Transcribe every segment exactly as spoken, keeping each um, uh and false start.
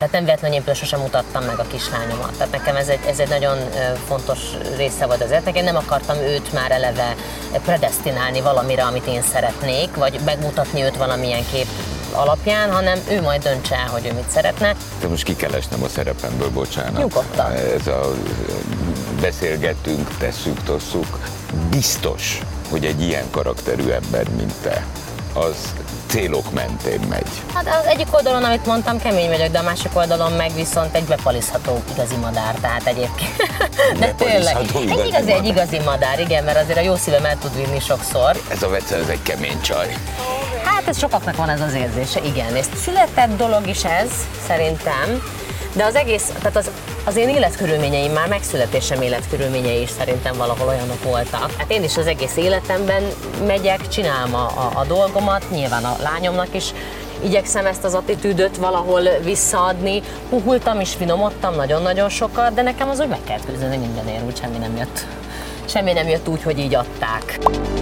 Tehát nem véletlenül én például sosem mutattam meg a kislányomat. Tehát nekem ez egy, ez egy nagyon fontos része volt az életnek. Én nem akartam őt már eleve predesztinálni valamire, amit én szeretnék, vagy megmutatni őt valamilyen kép alapján, hanem ő majd döntse el, hogy ő mit szeretne. De most ki kell esnem a szerepemből, bocsánat. Nyugodtan. Ez a beszélgetünk, tesszük, tosszuk. Biztos, hogy egy ilyen karakterű ember, mint te, az célok mentén megy. Hát az egyik oldalon, amit mondtam, kemény vagyok, de a másik oldalon meg viszont egy bepaliszható igazi madár, tehát egyébként. De tényleg, egy igazi, egy igazi madár, igen, mert azért a jó szívem el tud vinni sokszor. Ez a Vece, ez egy kemény csaj. Hát ez sokaknak van ez az érzése, igen. És született dolog is ez, szerintem, de az egész, tehát az, az én életkörülményeim, már megszületésem életkörülményei is szerintem valahol olyanok voltak. Hát én is az egész életemben megyek, csinálom a, a, a dolgomat, nyilván a lányomnak is igyekszem ezt az attitűdöt valahol visszaadni. Puhultam és finomodtam nagyon-nagyon sokat, de nekem az úgy meg kellett küzdeni mindenért, úgy semmi nem jött. Semmi nem jött úgy, hogy így adták.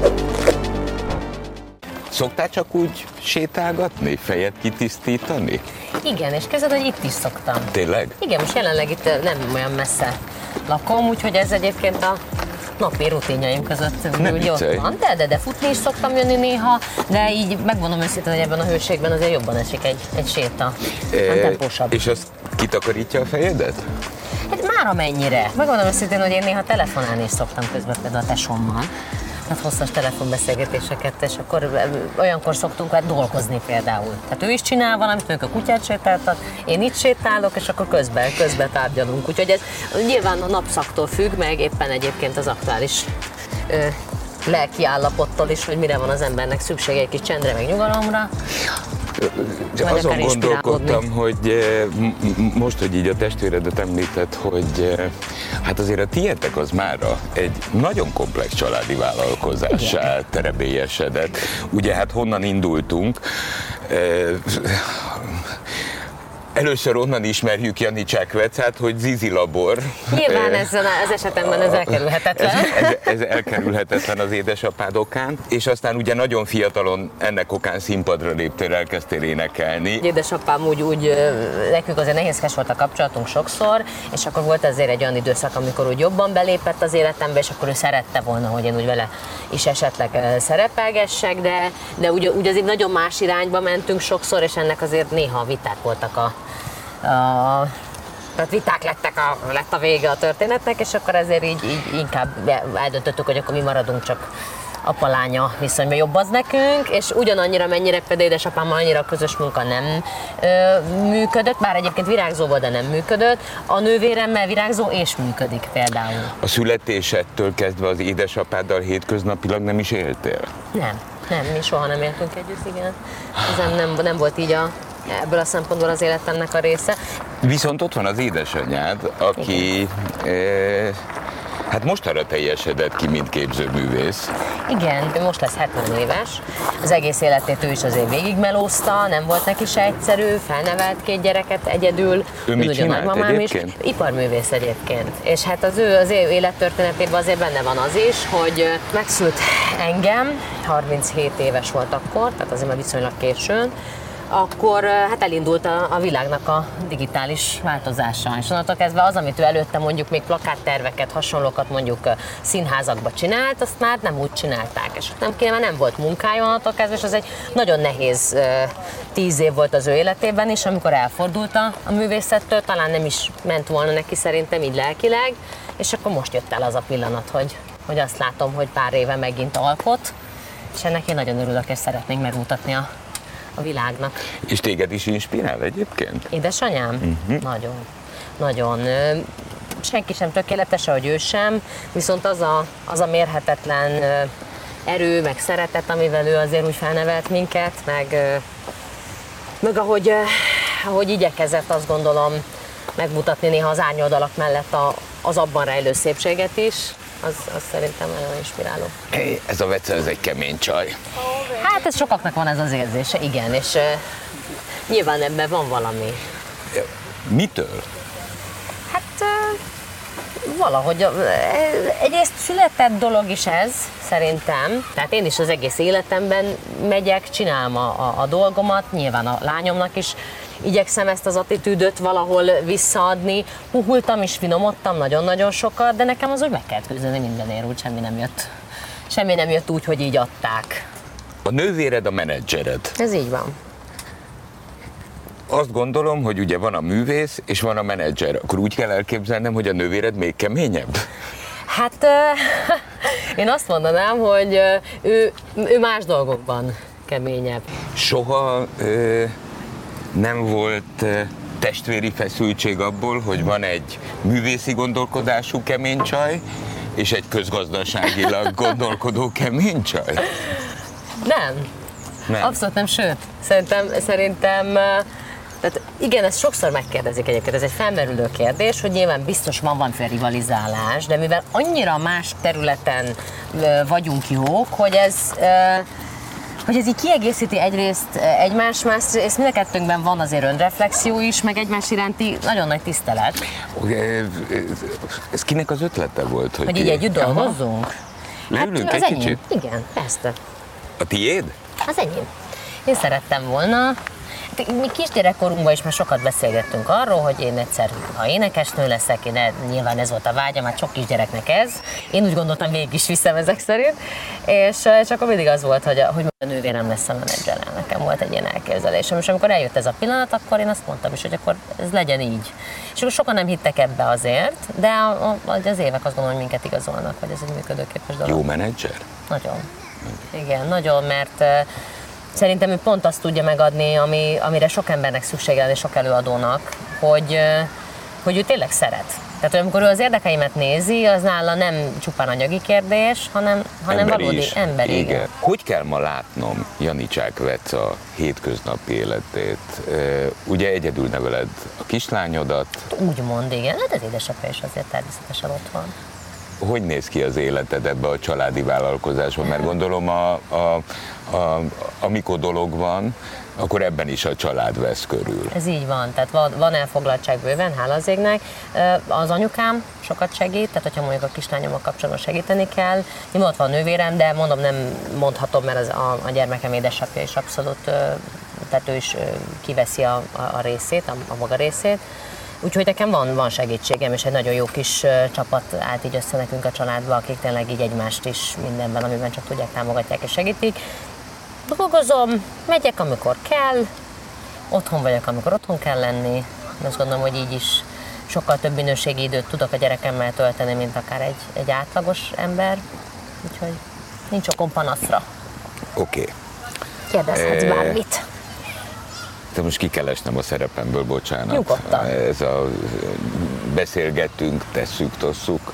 Szoktál csak úgy sétálgatni, fejet kitisztítani? Igen, és kezded, hogy itt is szoktam. Tényleg? Igen, most jelenleg itt nem olyan messze lakom, úgyhogy ez egyébként a napi rutinjaim között úgy ott van. De, de, de futni is szoktam jönni néha, de így megmondom őszintén, hogy ebben a hőségben azért jobban esik egy, egy séta. E, tempósabb. És az kitakarítja a fejedet? Hát már amennyire. Megmondom őszintén, hogy én néha telefonálni is szoktam közben például a tesómmal. Tehát hosszas telefonbeszélgetéseket, és akkor olyankor szoktunk hát dolgozni például. Tehát ő is csinál valamit, mondjuk a kutyát sétáltat, én itt sétálok, és akkor közben, közben tárgyalunk. Úgyhogy ez nyilván a napszaktól függ, meg éppen egyébként az aktuális ö, lelki állapottól is, hogy mire van az embernek szüksége, egy kis csendre, meg nyugalomra. Azon gondolkodtam, hogy most, hogy így a testvéredet említett, hogy hát azért a tietek az mára egy nagyon komplex családi vállalkozássá terebélyesedett. Ugye hát honnan indultunk? Először onnan ismerjük Janicsák Vecát, hogy Zizi Labor. Nyilván ezen az esetemben ez elkerülhetetlen. Ez, ez, ez elkerülhetetlen az édesapád okán, és aztán ugye nagyon fiatalon ennek okán színpadra léptél, elkezdtél énekelni. Édesapám úgy, úgy nekünk azért nehézkes volt a kapcsolatunk sokszor, és akkor volt azért egy olyan időszak, amikor úgy jobban belépett az életembe, és akkor ő szerette volna, hogy én úgy vele is esetleg szerepelgessek, de, de úgy, úgy azért nagyon más irányba mentünk sokszor, és ennek azért néha viták voltak a A, tehát viták lettek a, lett a vége a történetnek, és akkor ezért így, így inkább eldöntöttük, hogy akkor mi maradunk csak apa-lánya viszonyban, jobb az nekünk, és ugyanannyira, mennyire például édesapámmal annyira közös munka nem ö, működött, bár egyébként virágzó volt, de nem működött. A nővéremmel virágzó és működik például. A születésedtől kezdve az édesapáddal hétköznapilag nem is éltél? Nem, nem, mi soha nem éltünk együtt, igen. Ez nem, nem volt így a ebből a szempontból az életemnek a része. Viszont ott van az édesanyád, aki e, hát most arra teljesedett ki, mint képzőművész. Igen, ő most lesz hetven éves. Az egész életét ő is azért végigmelózta, nem volt neki se egyszerű, felnevelt két gyereket egyedül. Ő mit csinált egyébként? Is, iparművész egyébként. És hát az ő, az ő élettörténetében azért benne van az is, hogy megszült engem, harminchét éves volt akkor, tehát azért már viszonylag későn, akkor hát elindult a, a világnak a digitális változása. És onnantól kezdve az, amit ő előtte mondjuk még plakátterveket, hasonlókat mondjuk színházakba csinált, azt már nem úgy csinálták. És nem kéne, mert nem volt munkája onnantól kezdve, és az egy nagyon nehéz tíz év volt az ő életében is, amikor elfordult a, a művészettől, talán nem is ment volna neki szerintem így lelkileg, és akkor most jött el az a pillanat, hogy, hogy azt látom, hogy pár éve megint alkot, és ennek én nagyon örülök, és szeretnénk megmutatni a a világnak. És téged is inspirál egyébként? Édesanyám? Uh-huh. Nagyon. Nagyon. Senki sem tökéletes, ahogy ő sem, viszont az a, az a mérhetetlen erő, meg szeretet, amivel ő azért úgy felnevelt minket, meg, meg ahogy, ahogy igyekezett, azt gondolom, megmutatni néha az árnyoldalak mellett a, az abban rejlő szépséget is, az, az szerintem nagyon inspiráló. Hey, ez a Vece, ez egy kemény csaj. Hát ez sokaknak van ez az érzése, igen, és uh, nyilván ebben van valami. Mitől? Hát uh, valahogy, uh, egyrészt született dolog is ez, szerintem. Tehát én is az egész életemben megyek, csinálom a, a, a dolgomat, nyilván a lányomnak is igyekszem ezt az attitűdöt valahol visszaadni. Huhultam és finomodtam nagyon-nagyon sokat, de nekem az úgy meg kellett küzdeni mindenért, úgy semmi nem jött. Semmi nem jött úgy, hogy így adták. A nővéred a menedzsered. Ez így van. Azt gondolom, hogy ugye van a művész és van a menedzser. Akkor úgy kell elképzelnem, hogy a nővéred még keményebb? Hát én azt mondanám, hogy ő, ő más dolgokban keményebb. Soha ö, nem volt ö, testvéri feszültség abból, hogy van egy művészi gondolkodású kemény csaj, és egy közgazdaságilag gondolkodó kemény csaj? Nem. Nem. Abszolút nem, sőt, szerintem, szerintem tehát igen, ezt sokszor megkérdezik egyébként, ez egy felmerülő kérdés, hogy nyilván biztos van valamiféle rivalizálás, de mivel annyira más területen vagyunk jók, hogy ez, hogy ez így kiegészíti egyrészt egymás, másrészt mind a kettőnkben van azért önreflexió is, meg egymás iránti nagyon nagy tisztelet. Ez kinek az ötlete volt? Hogy, hogy így együtt dolgozzunk? Leülünk hát, egy az kicsit? Enyém. Igen, persze. A tiéd? Az enyém. Én szerettem volna. Mi kisgyerekkorunkban is már sokat beszélgettünk arról, hogy én egyszer, ha énekesnő leszek, én nyilván ez volt a vágyam, hát sok kisgyereknek ez. Én úgy gondoltam, végig is viszem ezek szerint. És, és akkor mindig az volt, hogy a, hogy a nővérem lesz a menedzserem. Nekem volt egy ilyen elképzelésem. És amikor eljött ez a pillanat, akkor én azt mondtam is, hogy akkor ez legyen így. És akkor sokan nem hittek ebbe azért, de az évek azt gondolom, hogy minket igazolnak, hogy ez egy működőképes dolog. Jó menedzser? Nagyon. Igen, nagyon, mert szerintem ő pont azt tudja megadni, ami, amire sok embernek szüksége van, és sok előadónak, hogy, hogy ő tényleg szeret. Tehát, hogy amikor ő az érdekeimet nézi, az nála nem csupán anyagi kérdés, hanem, hanem emberi valódi is. emberi. Igen. Hogy kell ma látnom Janicsák Veca hétköznapi életét? Ugye egyedül neveled a kislányodat? Úgymond, igen. Hát az édesapja is azért természetesen ott van. Hogy néz ki az életed ebbe a családi vállalkozásban? Mert gondolom, a, a, a, amikor dolog van, akkor ebben is a család vesz körül. Ez így van, tehát van, van elfoglaltság bőven, hála az égnek. Az anyukám sokat segít, tehát hogyha mondjuk a kislányommal kapcsolatban segíteni kell. Én ott van a nővérem, de mondom, nem mondhatom, mert az a, a gyermekem édesapja is abszolút, tehát ő is kiveszi a, a részét, a, a maga részét. Úgyhogy nekem van, van segítségem, és egy nagyon jó kis uh, csapat állt így össze nekünk a családba, akik tényleg így egymást is mindenben, amiben csak tudják, támogatják és segítik. Dolgozom, megyek, amikor kell, otthon vagyok, amikor otthon kell lenni. Azt gondolom, hogy így is sokkal több minőségi időt tudok a gyerekemmel tölteni, mint akár egy, egy átlagos ember. Úgyhogy nincs okom panaszra. Oké. Okay. Kérdezhetsz e... bármit. De most ki kell esnem a szerepemből, bocsánat. Nyugodtan. Ez a beszélgetünk, tesszük, tosszuk.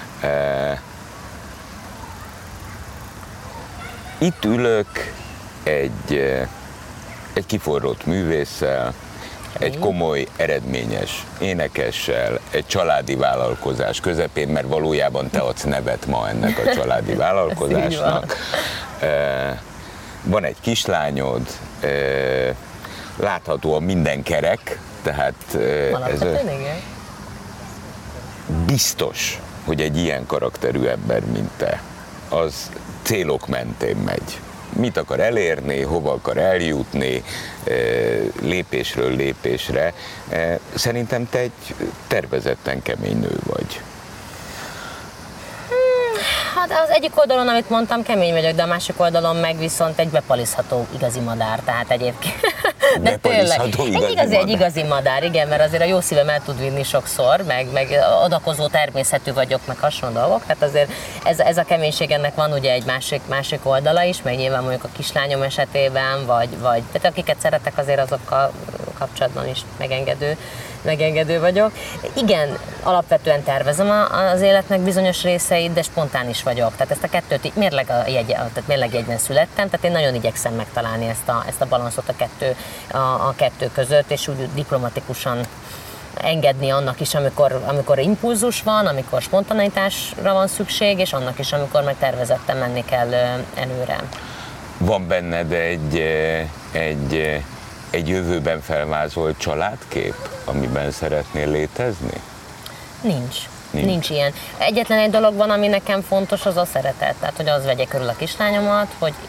Itt ülök egy, egy kiforrott művésszel, egy komoly, eredményes énekessel, egy családi vállalkozás közepén, mert valójában te adsz nevet ma ennek a családi vállalkozásnak. Van egy kislányod, láthatóan minden kerek, tehát ez biztos, hogy egy ilyen karakterű ember, mint te, az célok mentén megy. Mit akar elérni, hova akar eljutni, lépésről lépésre. Szerintem te egy tervezetten kemény nő vagy. Hát az egyik oldalon, amit mondtam, kemény vagyok, de a másik oldalon meg viszont egy bepaliszható igazi madár, tehát egyébként. De tényleg, egy igazi, egy igazi madár, igen, mert azért a jó szívem el tud vinni sokszor, meg, meg adakozó természetű vagyok, meg hasonló dolgok, tehát azért ez, ez a keménység, ennek van ugye egy másik, másik oldala is, meg nyilván mondjuk a kislányom esetében, vagy, vagy tehát akiket szeretek, azért azokkal kapcsolatban is megengedő, megengedő vagyok. Igen, alapvetően tervezem az életnek bizonyos részeit, de spontán is vagyok. Tehát ezt a kettőt, mérleg, a jegy, tehát mérlegjegyben születtem, tehát én nagyon igyekszem megtalálni ezt a, ezt a balanszot a kettő, a, a kettő között, és úgy diplomatikusan engedni annak is, amikor, amikor impulzus van, amikor spontaneitásra van szükség, és annak is, amikor meg tervezetten menni kell előre. Van benned egy, egy, egy jövőben felvázolt családkép, amiben szeretnél létezni? Nincs. Nincs. Nincs ilyen. Egyetlen egy dolog van, ami nekem fontos, az a szeretet. Tehát, hogy az vegye körül a kislányomat, hogy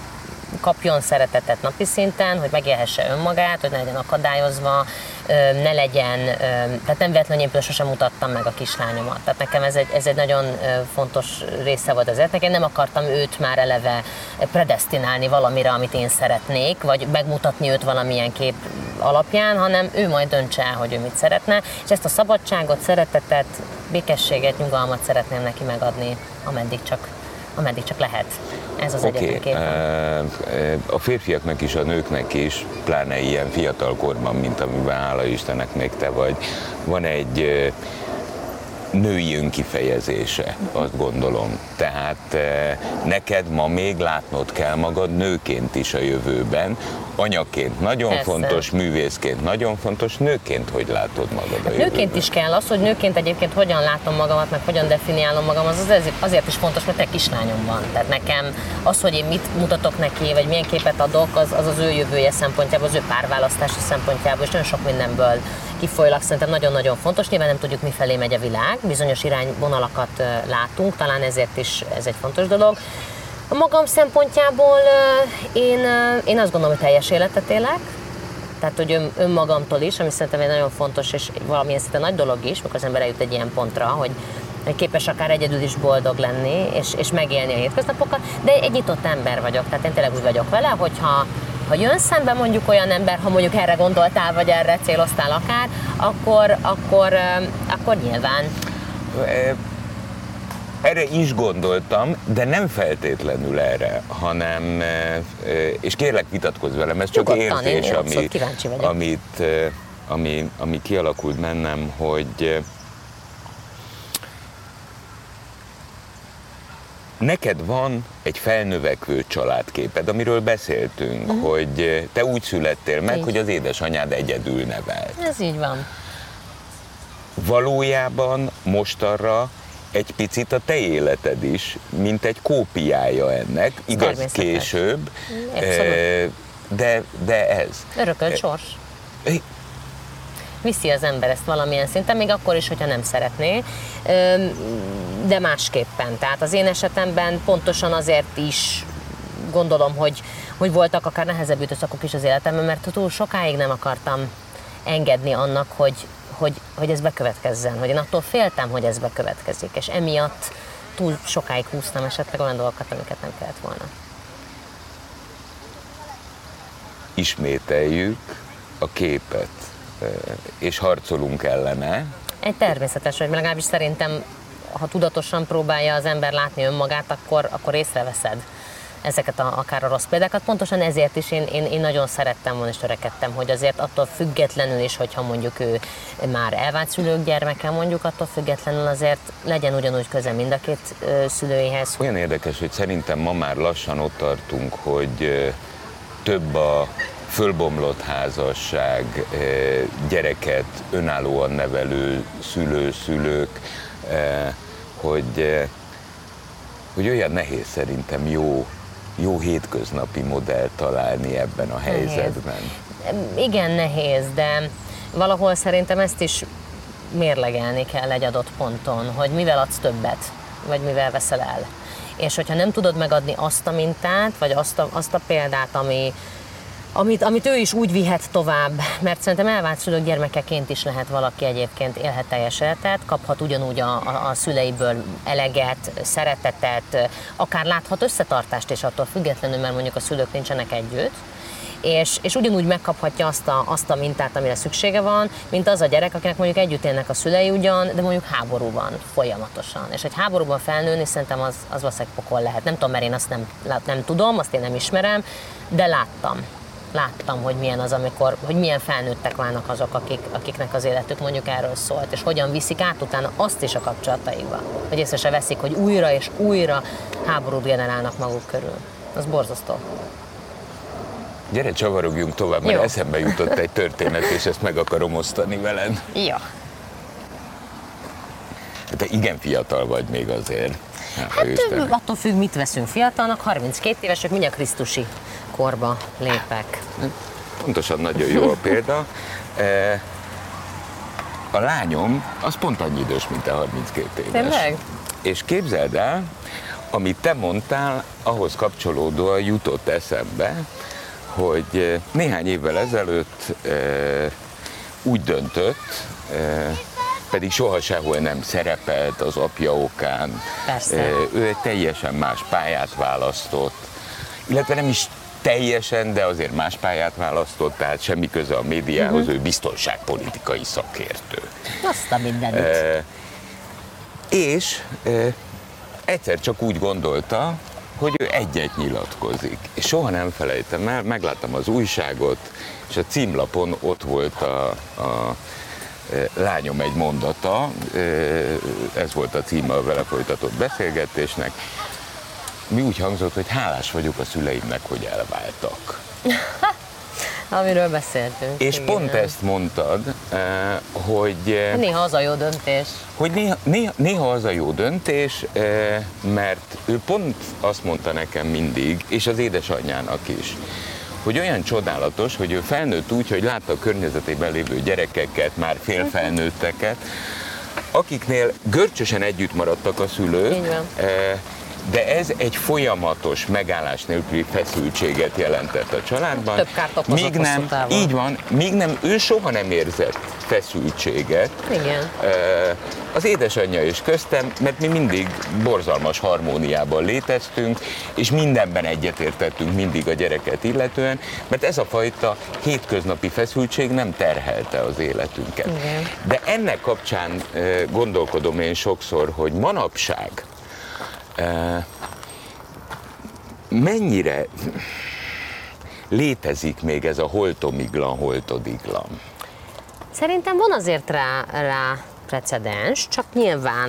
kapjon szeretetet napi szinten, hogy megélhesse önmagát, hogy ne legyen akadályozva, ne legyen, tehát nem véletlenül én sosem mutattam meg a kislányomat. Tehát nekem ez egy, ez egy nagyon fontos része volt az életnek. Én nem akartam őt már eleve predesztinálni valamire, amit én szeretnék, vagy megmutatni őt valamilyen kép alapján, hanem ő majd döntse el, hogy ő mit szeretne, és ezt a szabadságot, szeretetet, békességet, nyugalmat szeretném neki megadni, ameddig csak, ameddig csak lehet. Ez az okay. egyetlen képen. A férfiaknak is, a nőknek is, pláne ilyen fiatal korban, mint amiben hála Istennek még te vagy, van egy női önkifejezése, azt gondolom. Tehát neked ma még látnod kell magad nőként is a jövőben, anyaként nagyon Persze. fontos, művészként nagyon fontos, nőként hogy látod magad a jövőben? Nőként is kell az, hogy nőként egyébként hogyan látom magamat, meg hogyan definiálom magam, az azért is fontos, mert egy kislányom van. Tehát nekem az, hogy én mit mutatok neki, vagy milyen képet adok, az az, az ő jövője szempontjából, az ő párválasztása szempontjából, és nagyon sok mindenből kifolyólag szerintem nagyon-nagyon fontos. Nyilván nem tudjuk, mifelé megy a világ, bizonyos irányvonalakat látunk, talán ezért is ez egy fontos dolog. A magam szempontjából én, én azt gondolom, hogy teljes életet élek, tehát hogy ön, önmagamtól is, ami szerintem egy nagyon fontos és valamilyen szinte nagy dolog is, amikor az ember eljut egy ilyen pontra, hogy képes akár egyedül is boldog lenni, és, és megélni a hétköznapokat, de egy nyitott ember vagyok, tehát én tényleg úgy vagyok vele, hogyha ha jön szembe mondjuk olyan ember, ha mondjuk erre gondoltál, vagy erre céloztál akár, akkor, akkor, akkor nyilván... Erre is gondoltam, de nem feltétlenül erre, hanem, és kérlek vitatkozz velem, ez csak Nyugodtan, érzés, én ami, amit, ami, ami kialakult bennem, hogy neked van egy felnövekvő családképed, amiről beszéltünk, uh-huh. hogy te úgy születtél meg, így. Hogy az édesanyád egyedül nevelt. Ez így van. Valójában mostanra egy picit a te életed is, mint egy kópiája ennek, igaz később, de, de ez. Örökölt sors. Viszi az ember ezt valamilyen szinten, még akkor is, hogyha nem szeretné, de másképpen. Tehát az én esetemben pontosan azért is gondolom, hogy, hogy voltak akár nehezebb időszakok is az életemben, mert túl sokáig nem akartam engedni annak, hogy Hogy, hogy ez bekövetkezzen, hogy én attól féltem, hogy ez bekövetkezik, és emiatt túl sokáig húztam esetleg olyan dolgokat, amiket nem kellett volna. Ismételjük a képet, és harcolunk ellene. Egy természetes, hogy legalábbis szerintem, ha tudatosan próbálja az ember látni önmagát, akkor, akkor észreveszed ezeket a, akár a rossz példákat. Pontosan ezért is én, én, én nagyon szerettem volna és törekedtem, hogy azért attól függetlenül is, hogyha mondjuk ő már elvált szülők gyermeke, mondjuk attól függetlenül azért legyen ugyanúgy köze mind a két ö, szülőihez. Olyan érdekes, hogy szerintem ma már lassan ott tartunk, hogy ö, több a fölbomlott házasság, ö, gyereket önállóan nevelő szülő-szülők, ö, hogy, ö, hogy olyan nehéz szerintem jó jó hétköznapi modellt találni ebben a helyzetben. Nehéz. Igen, nehéz, de valahol szerintem ezt is mérlegelni kell egy adott ponton, hogy mivel adsz többet, vagy mivel veszel el. És hogyha nem tudod megadni azt a mintát, vagy azt a, azt a példát, ami, amit, amit ő is úgy vihet tovább, mert szerintem elvált szülők gyermekeként is lehet valaki egyébként élhet teljes életet, kaphat ugyanúgy a, a, a szüleiből eleget, szeretetet, akár láthat összetartást is attól függetlenül, mert mondjuk a szülők nincsenek együtt, és, és ugyanúgy megkaphatja azt a, azt a mintát, amire szüksége van, mint az a gyerek, akinek mondjuk együtt élnek a szülei ugyan, de mondjuk háborúban folyamatosan. És egy háborúban felnőni szerintem az, az valószínűleg pokol lehet. Nem tudom, mert én azt nem, nem tudom, azt én nem ismerem, de láttam. Láttam, hogy milyen az, amikor, hogy milyen felnőttek válnak azok, akik, akiknek az életük mondjuk erről szólt, és hogyan viszik át utána azt is a kapcsolataikba. Hogy észre se veszik, hogy újra és újra háborút generálnak maguk körül. Az borzasztó. Gyere, csavarogjunk tovább, mert Jó. eszembe jutott egy történet, és ezt meg akarom osztani veled. Ja. Te igen fiatal vagy még azért. Hát attól függ, mit veszünk fiatalnak, harminckét évesek, mindjárt krisztusi korba lépek. Pontosan nagyon jó a példa. A lányom az pont annyi idős, mint te, harminckét éves. Tényleg? És képzeld el, amit te mondtál, ahhoz kapcsolódóan jutott eszembe, hogy néhány évvel ezelőtt úgy döntött, pedig soha sehol nem szerepelt az apja okán. Persze. Ő egy teljesen más pályát választott, illetve nem is teljesen, de azért más pályát választott, tehát semmi köze a médiához, uh-huh. ő biztonságpolitikai szakértő. Azt a mindenit. E, és e, egyszer csak úgy gondolta, hogy ő egyet nyilatkozik. És soha nem felejtem el, megláttam az újságot, és a címlapon ott volt a, a lányom egy mondata, ez volt a címe a vele folytatott beszélgetésnek, mi úgy hangzott, hogy hálás vagyok a szüleimnek, hogy elváltak. Amiről beszéltünk. És igen. Pont ezt mondtad, hogy... Néha az a jó döntés. Hogy néha, néha, néha az a jó döntés, mert ő pont azt mondta nekem mindig, és az édesanyjának is, hogy olyan csodálatos, hogy ő felnőtt úgy, hogy látta a környezetében lévő gyerekeket, már félfelnőtteket, akiknél görcsösen együtt maradtak a szülők, de ez egy folyamatos, megállás nélküli feszültséget jelentett a családban. Több kárt okozott míg nem, így van, míg nem, ő soha nem érzett feszültséget. Igen. Az édesanyja is köztem, mert mi mindig borzalmas harmóniában léteztünk, és mindenben egyetértettünk mindig a gyereket illetően, mert ez a fajta hétköznapi feszültség nem terhelte az életünket. Igen. De ennek kapcsán gondolkodom én sokszor, hogy manapság mennyire létezik még ez a holtomiglan, holtodiglan? Szerintem van azért rá, rá precedens, csak nyilván,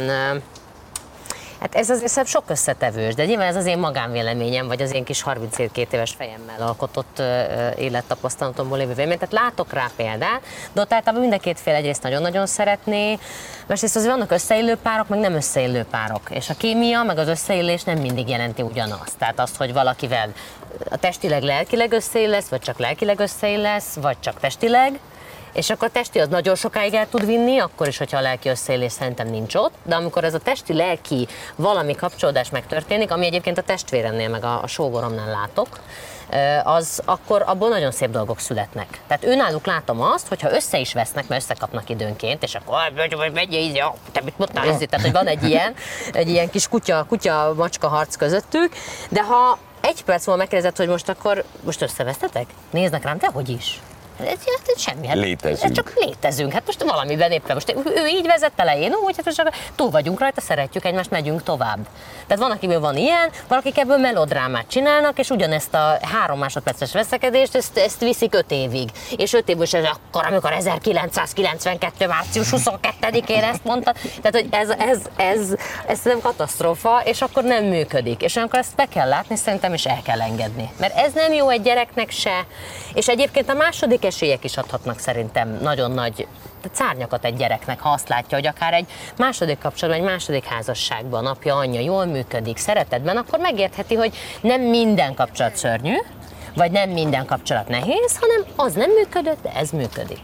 hát ez azért sok összetevős, de nyilván ez az én magánvéleményem, vagy az én kis harminckét éves fejemmel alkotott élettapasztalatomból lévő vélemény. Tehát látok rá példát, de ott általában mind a két fél egyrészt nagyon-nagyon szeretné, másrészt azért vannak összeillő párok, meg nem összeillő párok. És a kémia, meg az összeillés nem mindig jelenti ugyanazt. Tehát azt, hogy valakivel a testileg, lelkileg összeillesz, vagy csak lelkileg összeillesz, vagy csak testileg, és akkor a testi az nagyon sokáig el tud vinni, akkor is, hogyha a lelki összeillés szerintem nincs ott, de amikor ez a testi-lelki valami kapcsolódás megtörténik, ami egyébként a testvéremnél, meg a, a sógoromnál látok, az akkor abból nagyon szép dolgok születnek. Tehát őnáluk látom azt, hogyha össze is vesznek, mert összekapnak időnként, és akkor megy így, ja, te mit mondtál, ja. Tehát hogy van egy ilyen, egy ilyen kis kutya, kutya-macska harc közöttük, de ha egy perc múlva megkérdezed, hogy most akkor most összevesztetek? Néznek rám, te hogy is? Ez, ez semmi, hát létezünk. Ez csak létezünk, hát most valamiben éppen most ő így vezet elején, úgy, hát most csak túl vagyunk rajta, szeretjük egymást, megyünk tovább. Tehát van, akiből van ilyen, valakik ebből melodrámát csinálnak, és ugyanezt a három másodperces veszekedést, ezt, ezt viszik öt évig. És öt évből is ez akkor, amikor ezerkilencszázkilencvenkettő. március huszonkettedikén ezt mondta, tehát hogy ez, ez, ez, ez nem katasztrófa, és akkor nem működik. És akkor ezt be kell látni szerintem, és el kell engedni. Mert ez nem jó egy gyereknek se, és egyébként a második esélyek is adhatnak szerintem nagyon nagy szárnyakat egy gyereknek, ha azt látja, hogy akár egy második kapcsolatban, egy második házasságban apja, anyja jól működik, szeretetben, akkor megértheti, hogy nem minden kapcsolat szörnyű, vagy nem minden kapcsolat nehéz, hanem az nem működött, de ez működik.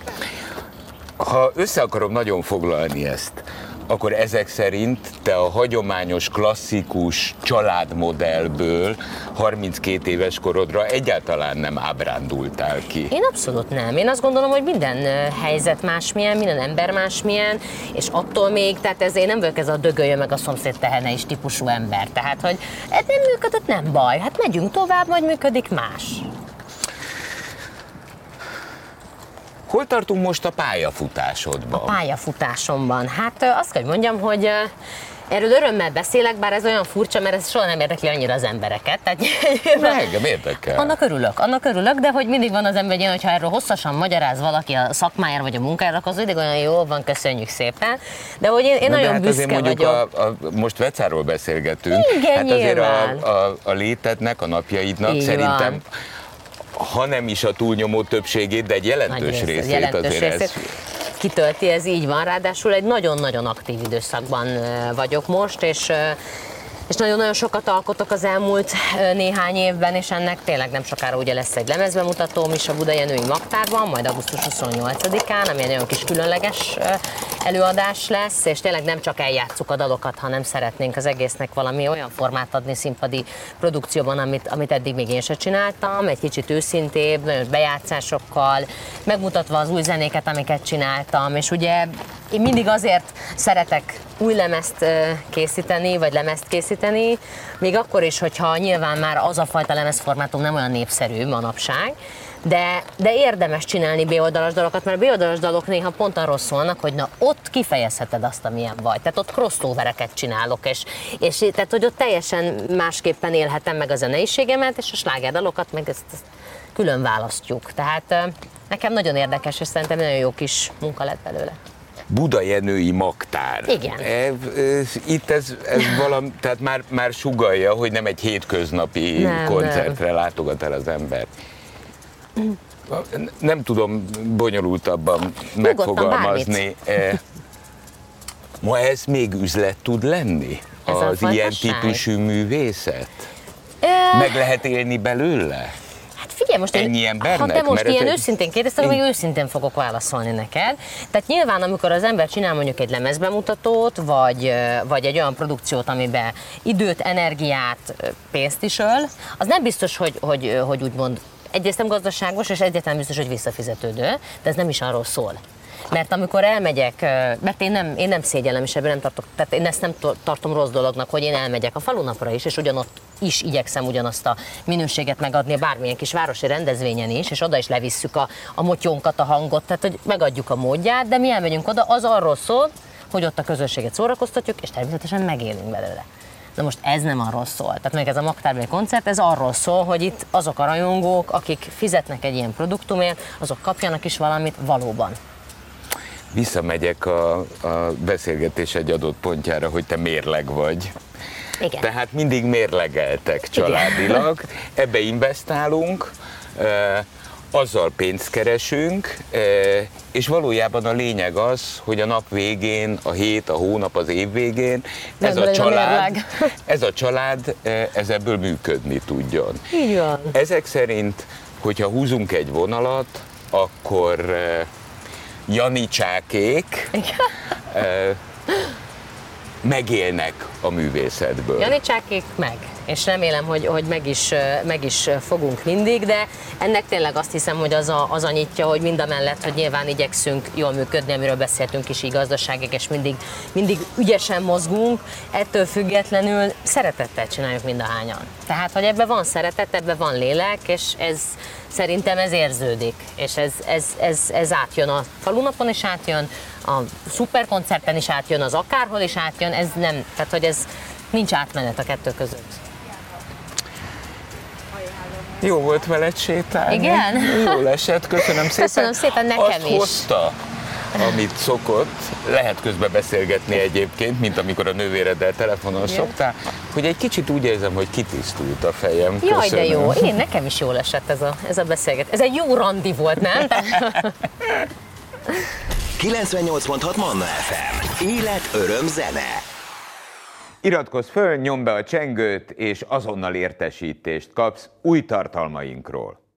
Ha össze akarom nagyon foglalni ezt, akkor ezek szerint te a hagyományos, klasszikus családmodellből harminckét éves korodra egyáltalán nem ábrándultál ki. Én abszolút nem. Én azt gondolom, hogy minden helyzet másmilyen, minden ember másmilyen, és attól még, tehát ez, én nem vagyok ez a dögölje meg a szomszéd tehene is típusú ember. Tehát, hogy ez nem működött, nem baj. Hát megyünk tovább, majd működik más. Hol tartunk most a pályafutásodban? A pályafutásomban? Hát azt kell, hogy mondjam, hogy erről örömmel beszélek, bár ez olyan furcsa, mert ez soha nem érdekli annyira az embereket. Tehát, engem érdekel. Annak örülök, annak örülök, de hogy mindig van az ember, hogy hogyha erről hosszasan magyaráz valaki a szakmájára vagy a munkájára, akkor az mindig olyan jó van, köszönjük szépen. De hogy én, én nagyon hát büszke vagyok. A, a, most Vecáról beszélgetünk. Igen, hát azért nyilván. a, a, a létednek, a napjaidnak így szerintem van. Ha nem is a túlnyomó többségét, de egy jelentős rész, részét jelentős azért részét. ez... kitölti, ez így van, ráadásul egy nagyon-nagyon aktív időszakban vagyok most, és és nagyon-nagyon sokat alkotok az elmúlt néhány évben, és ennek tényleg nem sokára ugye lesz egy lemezbemutatóm is a Buda Jenői Magtárban, majd augusztus huszonnyolcadikán, ami egy nagyon kis különleges előadás lesz, és tényleg nem csak eljátszuk a dalokat, hanem szeretnénk az egésznek valami olyan formát adni színpadi produkcióban, amit, amit eddig még én sem csináltam, egy kicsit őszintébb, nagyon bejátszásokkal, megmutatva az új zenéket, amiket csináltam, és ugye én mindig azért szeretek új lemezt készíteni, vagy lemezt készíteni, még akkor is, hogyha nyilván már az a fajta lemezformátum nem olyan népszerű manapság, de, de érdemes csinálni B-oldalas dalokat, mert a B-oldalas dalok néha pont arról szólnak, hogy na ott kifejezheted azt, amilyen vagy. Tehát ott crossovereket csinálok, és, és tehát, hogy ott teljesen másképpen élhetem meg a zeneiségemet, és a slágerdalokat meg ezt, ezt külön választjuk. Tehát nekem nagyon érdekes, és szerintem nagyon jó kis munka lett belőle. Buda Jenői Magtár. Igen. E, e, itt ez, ez valami, tehát már, már sugallja, hogy nem egy hétköznapi nem, koncertre nem. látogat el az ember. Nem tudom bonyolultabban megfogalmazni. E, ma ez még üzlet tud lenni? Ez az ilyen típusú művészet? E... Meg lehet élni belőle? Figyelj, most ennyi én, embernek? Ha te most mert ilyen egy... őszintén kérdezted, én... még őszintén fogok válaszolni neked. Tehát nyilván, amikor az ember csinál mondjuk egy lemezbemutatót, vagy, vagy egy olyan produkciót, amiben időt, energiát, pénzt is öl, az nem biztos, hogy, hogy, hogy úgymond egyrészt nem gazdaságos, és egyáltalán biztos, hogy visszafizetődő, de ez nem is arról szól. Mert amikor elmegyek, mert én nem, én nem szégyellem, és ebből nem tartok, tehát én ezt nem tartom rossz dolognak, hogy én elmegyek a falunapra is, és ugyanott is igyekszem ugyanazt a minőséget megadni a bármilyen kis városi rendezvényen is, és oda is levisszük a, a motyónkat, a hangot, tehát hogy megadjuk a módját, de mi elmegyünk oda, az arról szól, hogy ott a közösséget szórakoztatjuk, és természetesen megélünk belőle. Na most ez nem arról szól. Tehát még ez a Magtárbeli koncert, ez arról szól, hogy itt azok a rajongók, akik fizetnek egy ilyen produktumért, azok kapjanak is valamit valóban. Visszamegyek a, a beszélgetés egy adott pontjára, hogy te mérleg vagy. Igen. Tehát mindig mérlegeltek családilag, igen. Ebbe investálunk, azzal pénzt keresünk, és valójában a lényeg az, hogy a nap végén, a hét, a hónap, az év végén ez a, család, ez a család ez ebből működni tudjon. Így van. Ezek szerint, hogyha húzunk egy vonalat, akkor Janicsákék megélnek a művészetből. Janicsákék meg, és remélem, hogy, hogy meg, is, meg is fogunk mindig, de ennek tényleg azt hiszem, hogy az a, az a nyitja, hogy mindamellett, hogy nyilván igyekszünk jól működni, amiről beszéltünk is így gazdaságig, és mindig, mindig ügyesen mozgunk, ettől függetlenül szeretettel csináljuk mindahányan. Tehát, hogy ebben van szeretet, ebben van lélek, és ez szerintem ez érződik, és ez, ez, ez, ez átjön a falunapon is átjön, a szuperkoncerten is átjön, az akárhol is átjön, ez nem, tehát hogy ez nincs átmenet a kettő között. Jó volt veled sétálni. Igen? Jól esett, köszönöm szépen. Köszönöm szépen nekem Azt is. hozta, amit szokott, lehet közben beszélgetni egyébként, mint amikor a nővéreddel telefonon igen. szoktál, hogy egy kicsit úgy érzem, hogy kitisztult a fejem. Köszönöm. Jaj, de jó. Én nekem is jól esett ez a, ez a beszélgetés. Ez egy jó randi volt, nem? kilencvennyolc pont hat Manna ef em. Élet, öröm, zene. Iratkozz föl, nyomd be a csengőt, és azonnal értesítést kapsz új tartalmainkról.